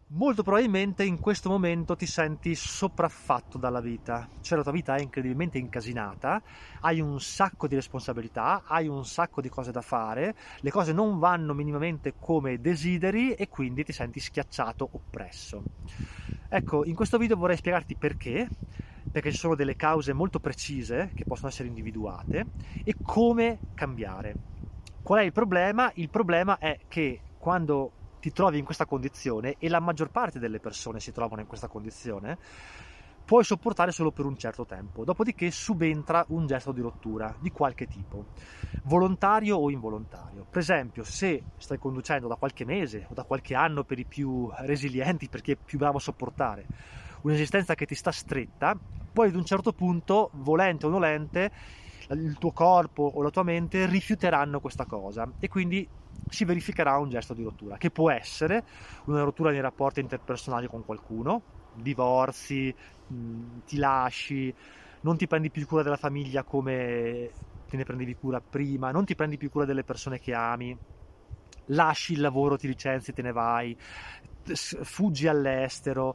Molto probabilmente in questo momento ti senti sopraffatto dalla vita, cioè la tua vita è incredibilmente incasinata, hai un sacco di responsabilità, hai un sacco di cose da fare, le cose non vanno minimamente come desideri e quindi ti senti schiacciato, oppresso. Ecco, in questo video vorrei spiegarti perché ci sono delle cause molto precise che possono essere individuate e come cambiare. Qual è il problema? Il problema è che quando ti trovi in questa condizione, e la maggior parte delle persone si trovano in questa condizione, puoi sopportare solo per un certo tempo, dopodiché subentra un gesto di rottura di qualche tipo, volontario o involontario. Per esempio, se stai conducendo da qualche mese o da qualche anno per i più resilienti, perché è più bravo a sopportare, un'esistenza che ti sta stretta, poi ad un certo punto, volente o nolente, il tuo corpo o la tua mente rifiuteranno questa cosa e quindi si verificherà un gesto di rottura, che può essere una rottura nei rapporti interpersonali con qualcuno, divorzi, ti lasci, non ti prendi più cura della famiglia come te ne prendevi cura prima, non ti prendi più cura delle persone che ami, lasci il lavoro, ti licenzi, te ne vai, fuggi all'estero,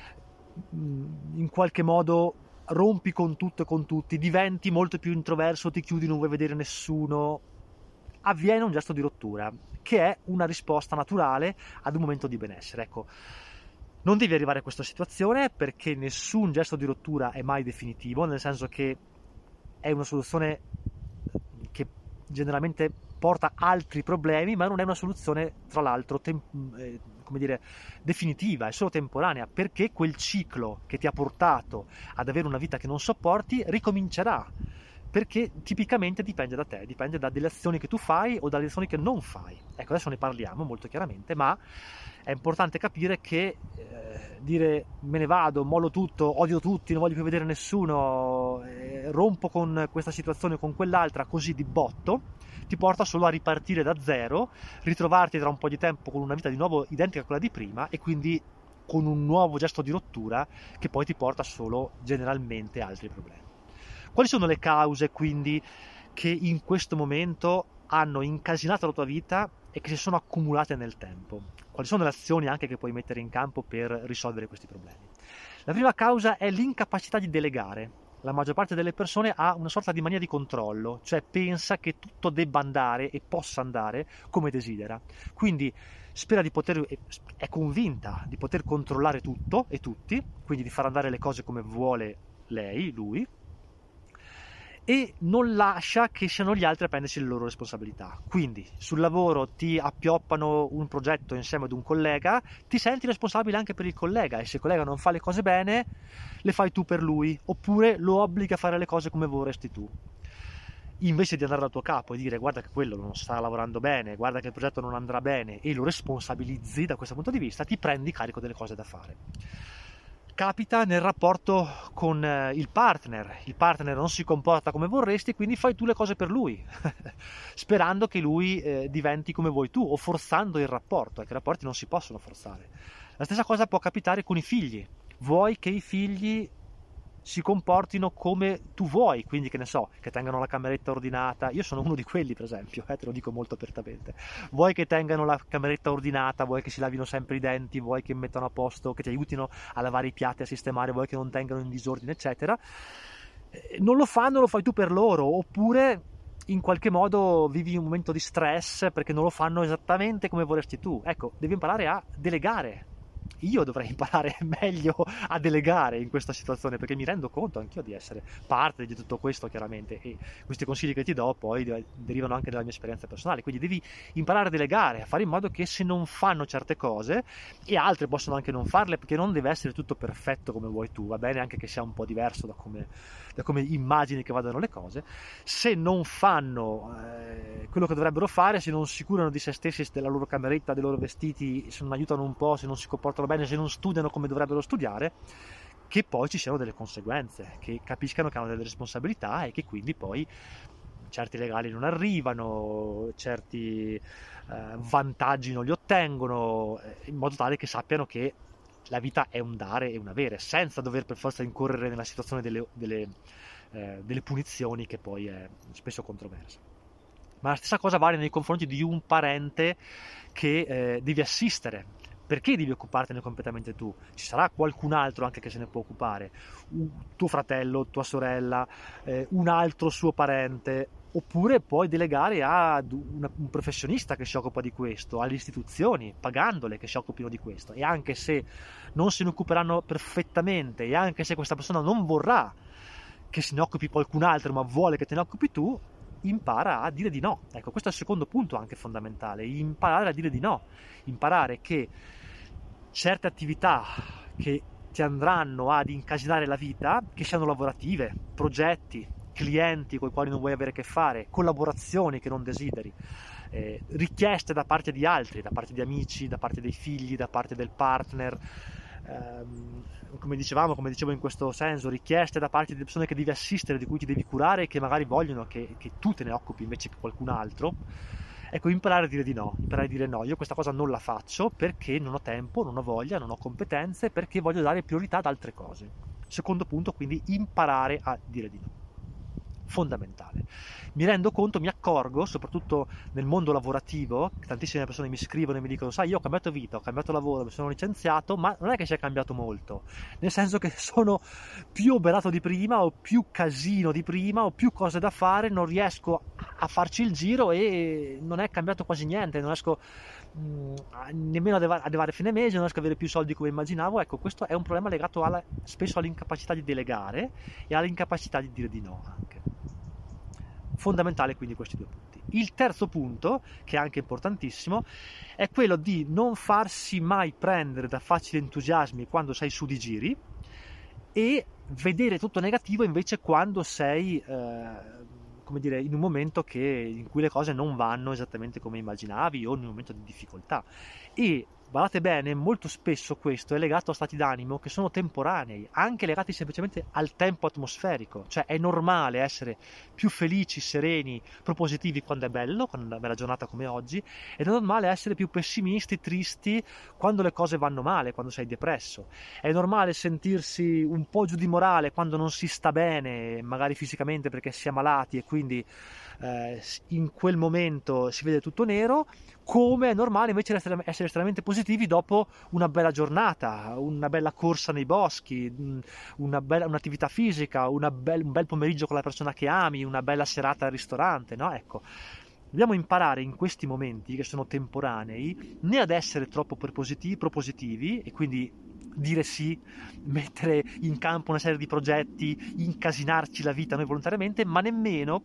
in qualche modo rompi con tutto e con tutti, diventi molto più introverso, ti chiudi, non vuoi vedere nessuno, avviene un gesto di rottura, che è una risposta naturale ad un momento di benessere. Ecco, non devi arrivare a questa situazione perché nessun gesto di rottura è mai definitivo, nel senso che è una soluzione che generalmente porta altri problemi, ma non è una soluzione, tra l'altro, come dire, definitiva, è solo temporanea, perché quel ciclo che ti ha portato ad avere una vita che non sopporti ricomincerà, perché tipicamente dipende da te, dipende dalle azioni che tu fai o dalle azioni che non fai. Ecco, adesso ne parliamo molto chiaramente, ma è importante capire che dire me ne vado, mollo tutto, odio tutti, non voglio più vedere nessuno, rompo con questa situazione o con quell'altra così di botto, ti porta solo a ripartire da zero, ritrovarti tra un po' di tempo con una vita di nuovo identica a quella di prima e quindi con un nuovo gesto di rottura che poi ti porta solo generalmente altri problemi. Quali sono le cause quindi che in questo momento hanno incasinato la tua vita e che si sono accumulate nel tempo? Quali sono le azioni anche che puoi mettere in campo per risolvere questi problemi? La prima causa è l'incapacità di delegare. La maggior parte delle persone ha una sorta di mania di controllo, cioè pensa che tutto debba andare e possa andare come desidera. Quindi spera di poter, è convinta di poter controllare tutto e tutti, quindi di far andare le cose come vuole lei, lui, e non lascia che siano gli altri a prendersi le loro responsabilità. Quindi sul lavoro ti appioppano un progetto insieme ad un collega, ti senti responsabile anche per il collega e se il collega non fa le cose bene le fai tu per lui, oppure lo obblighi a fare le cose come vorresti tu. Invece di andare dal tuo capo e dire guarda che quello non sta lavorando bene, guarda che il progetto non andrà bene e lo responsabilizzi da questo punto di vista, ti prendi carico delle cose da fare. Capita nel rapporto con il partner non si comporta come vorresti, quindi fai tu le cose per lui, sperando che lui diventi come vuoi tu, o forzando il rapporto, perché i rapporti non si possono forzare. La stessa cosa può capitare con i figli, vuoi che i figli si comportino come tu vuoi, quindi che ne so, che tengano la cameretta ordinata. Io sono uno di quelli, per esempio, te lo dico molto apertamente. Vuoi che tengano la cameretta ordinata, vuoi che si lavino sempre i denti, vuoi che mettano a posto, che ti aiutino a lavare i piatti, a sistemare, vuoi che non tengano in disordine, eccetera. Non lo fanno, lo fai tu per loro, oppure in qualche modo vivi un momento di stress perché non lo fanno esattamente come vorresti tu. Ecco, devi imparare a delegare. Io dovrei imparare meglio a delegare in questa situazione perché mi rendo conto anch'io di essere parte di tutto questo chiaramente e questi consigli che ti do poi derivano anche dalla mia esperienza personale, quindi devi imparare a delegare, a fare in modo che se non fanno certe cose e altre possono anche non farle perché non deve essere tutto perfetto come vuoi tu, va bene anche che sia un po' diverso da come immagini che vadano le cose, se non fanno quello che dovrebbero fare, se non si curano di se stessi, della loro cameretta, dei loro vestiti, se non aiutano un po', se non si comportano bene, se non studiano come dovrebbero studiare, che poi ci siano delle conseguenze, che capiscano che hanno delle responsabilità e che quindi poi certi regali non arrivano, certi vantaggi non li ottengono, in modo tale che sappiano che la vita è un dare e un avere, senza dover per forza incorrere nella situazione delle punizioni che poi è spesso controversa. Ma la stessa cosa vale nei confronti di un parente che devi assistere, Perché devi occupartene completamente tu? Ci sarà qualcun altro anche che se ne può occupare, tuo fratello, tua sorella, un altro suo parente, oppure puoi delegare a un professionista che si occupa di questo, alle istituzioni, pagandole che si occupino di questo. E anche se non se ne occuperanno perfettamente, e anche se questa persona non vorrà che se ne occupi qualcun altro, ma vuole che te ne occupi tu, impara a dire di no. Ecco, questo è il secondo punto anche fondamentale, imparare a dire di no, imparare che certe attività che ti andranno ad incasinare la vita, che siano lavorative, progetti, clienti con i quali non vuoi avere a che fare, collaborazioni che non desideri, richieste da parte di altri, da parte di amici, da parte dei figli, da parte del partner, come dicevo in questo senso, richieste da parte di persone che devi assistere, di cui ti devi curare e che magari vogliono che tu te ne occupi invece che qualcun altro. Ecco, imparare a dire di no, imparare a dire no, io questa cosa non la faccio perché non ho tempo, non ho voglia, non ho competenze, perché voglio dare priorità ad altre cose. Secondo punto, quindi, imparare a dire di no. Fondamentale. Mi rendo conto, mi accorgo, soprattutto nel mondo lavorativo, che tantissime persone mi scrivono e mi dicono: sai, io ho cambiato vita, ho cambiato lavoro, mi sono licenziato, ma non è che sia cambiato molto, nel senso che sono più oberato di prima, ho più casino di prima, ho più cose da fare, non riesco a farci il giro e non è cambiato quasi niente, non riesco nemmeno ad arrivare a fine mese, non riesco ad avere più soldi come immaginavo. Ecco, questo è un problema legato spesso all'incapacità di delegare e all'incapacità di dire di no anche. Fondamentale quindi questi due punti. Il terzo punto, che è anche importantissimo, è quello di non farsi mai prendere da facili entusiasmi quando sei su di giri e vedere tutto negativo invece quando sei come dire, in un momento in cui le cose non vanno esattamente come immaginavi o in un momento di difficoltà. E guardate bene, molto spesso questo è legato a stati d'animo che sono temporanei, anche legati semplicemente al tempo atmosferico. Cioè è normale essere più felici, sereni, propositivi quando è bello, quando è una bella giornata come oggi, ed è normale essere più pessimisti, tristi quando le cose vanno male, quando sei depresso. È normale sentirsi un po' giù di morale quando non si sta bene, magari fisicamente perché si è malati e quindi in quel momento si vede tutto nero, come è normale invece essere estremamente positivi dopo una bella giornata, una bella corsa nei boschi, un'attività fisica, un bel pomeriggio con la persona che ami, una bella serata al ristorante, no? Ecco, dobbiamo imparare in questi momenti che sono temporanei né ad essere troppo propositivi e quindi dire sì, mettere in campo una serie di progetti, incasinarci la vita noi volontariamente, ma nemmeno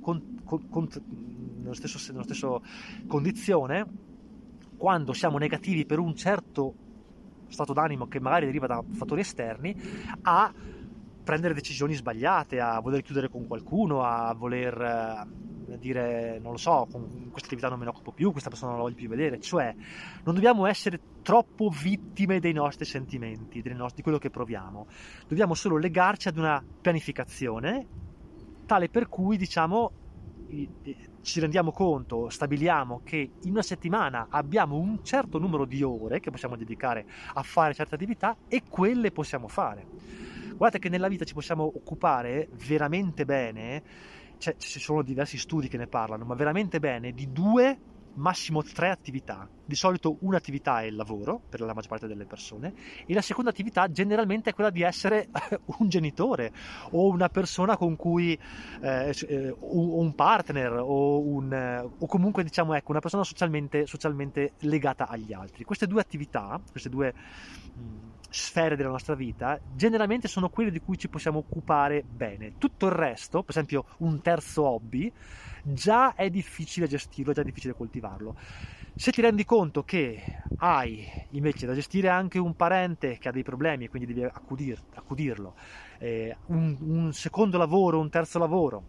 nello stesso condizione, quando siamo negativi per un certo stato d'animo che magari deriva da fattori esterni, a prendere decisioni sbagliate, a voler chiudere con qualcuno, a voler dire, non lo so, con questa attività non me ne occupo più, questa persona non la voglio più vedere. Cioè non dobbiamo essere troppo vittime dei nostri sentimenti, di quello che proviamo, dobbiamo solo legarci ad una pianificazione tale per cui, diciamo, ci rendiamo conto, stabiliamo che in una settimana abbiamo un certo numero di ore che possiamo dedicare a fare certe attività e quelle possiamo fare. Guardate che nella vita ci possiamo occupare veramente bene, ci sono diversi studi che ne parlano, ma veramente bene di 2, massimo 3 attività. Di solito un'attività è il lavoro per la maggior parte delle persone e la seconda attività generalmente è quella di essere un genitore o una persona con cui o un partner o comunque, diciamo, ecco, una persona socialmente legata agli altri. Queste 2 attività, queste 2 sfere della nostra vita generalmente sono quelle di cui ci possiamo occupare bene. Tutto il resto, per esempio un terzo hobby, già è difficile gestirlo, è già difficile coltivarlo. Se ti rendi conto che hai invece da gestire anche un parente che ha dei problemi e quindi devi accudirlo, un secondo lavoro, un terzo lavoro,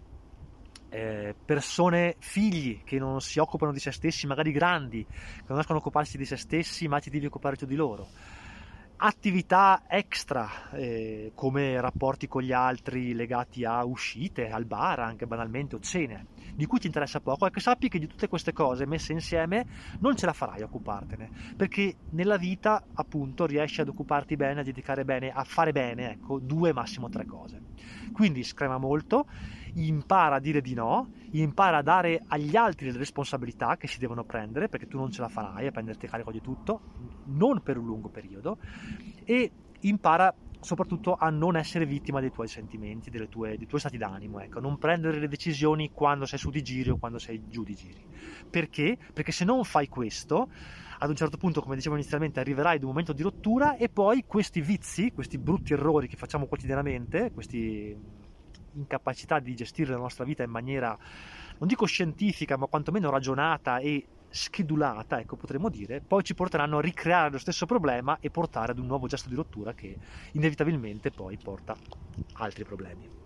persone, figli che non si occupano di se stessi, magari grandi, che non riescono a occuparsi di se stessi, ma ti devi occupare tu di loro, attività extra come rapporti con gli altri legati a uscite, al bar anche banalmente, o cene, di cui ti interessa poco, ecco, sappi che di tutte queste cose messe insieme non ce la farai a occupartene, perché nella vita appunto riesci ad occuparti bene, a dedicare bene, a fare bene, ecco, 2 massimo 3 cose. Quindi screma molto impara a dire di no, impara a dare agli altri le responsabilità che si devono prendere, perché tu non ce la farai a prenderti carico di tutto, non per un lungo periodo, e impara soprattutto a non essere vittima dei tuoi sentimenti, dei tuoi stati d'animo, ecco, non prendere le decisioni quando sei su di giri o quando sei giù di giri. Perché? Perché se non fai questo, ad un certo punto, come dicevo inizialmente, arriverai ad un momento di rottura e poi questi vizi, questi brutti errori che facciamo quotidianamente, queste incapacità di gestire la nostra vita in maniera, non dico scientifica, ma quantomeno ragionata e schedulata, ecco, potremmo dire, poi ci porteranno a ricreare lo stesso problema e portare ad un nuovo gesto di rottura che inevitabilmente poi porta altri problemi.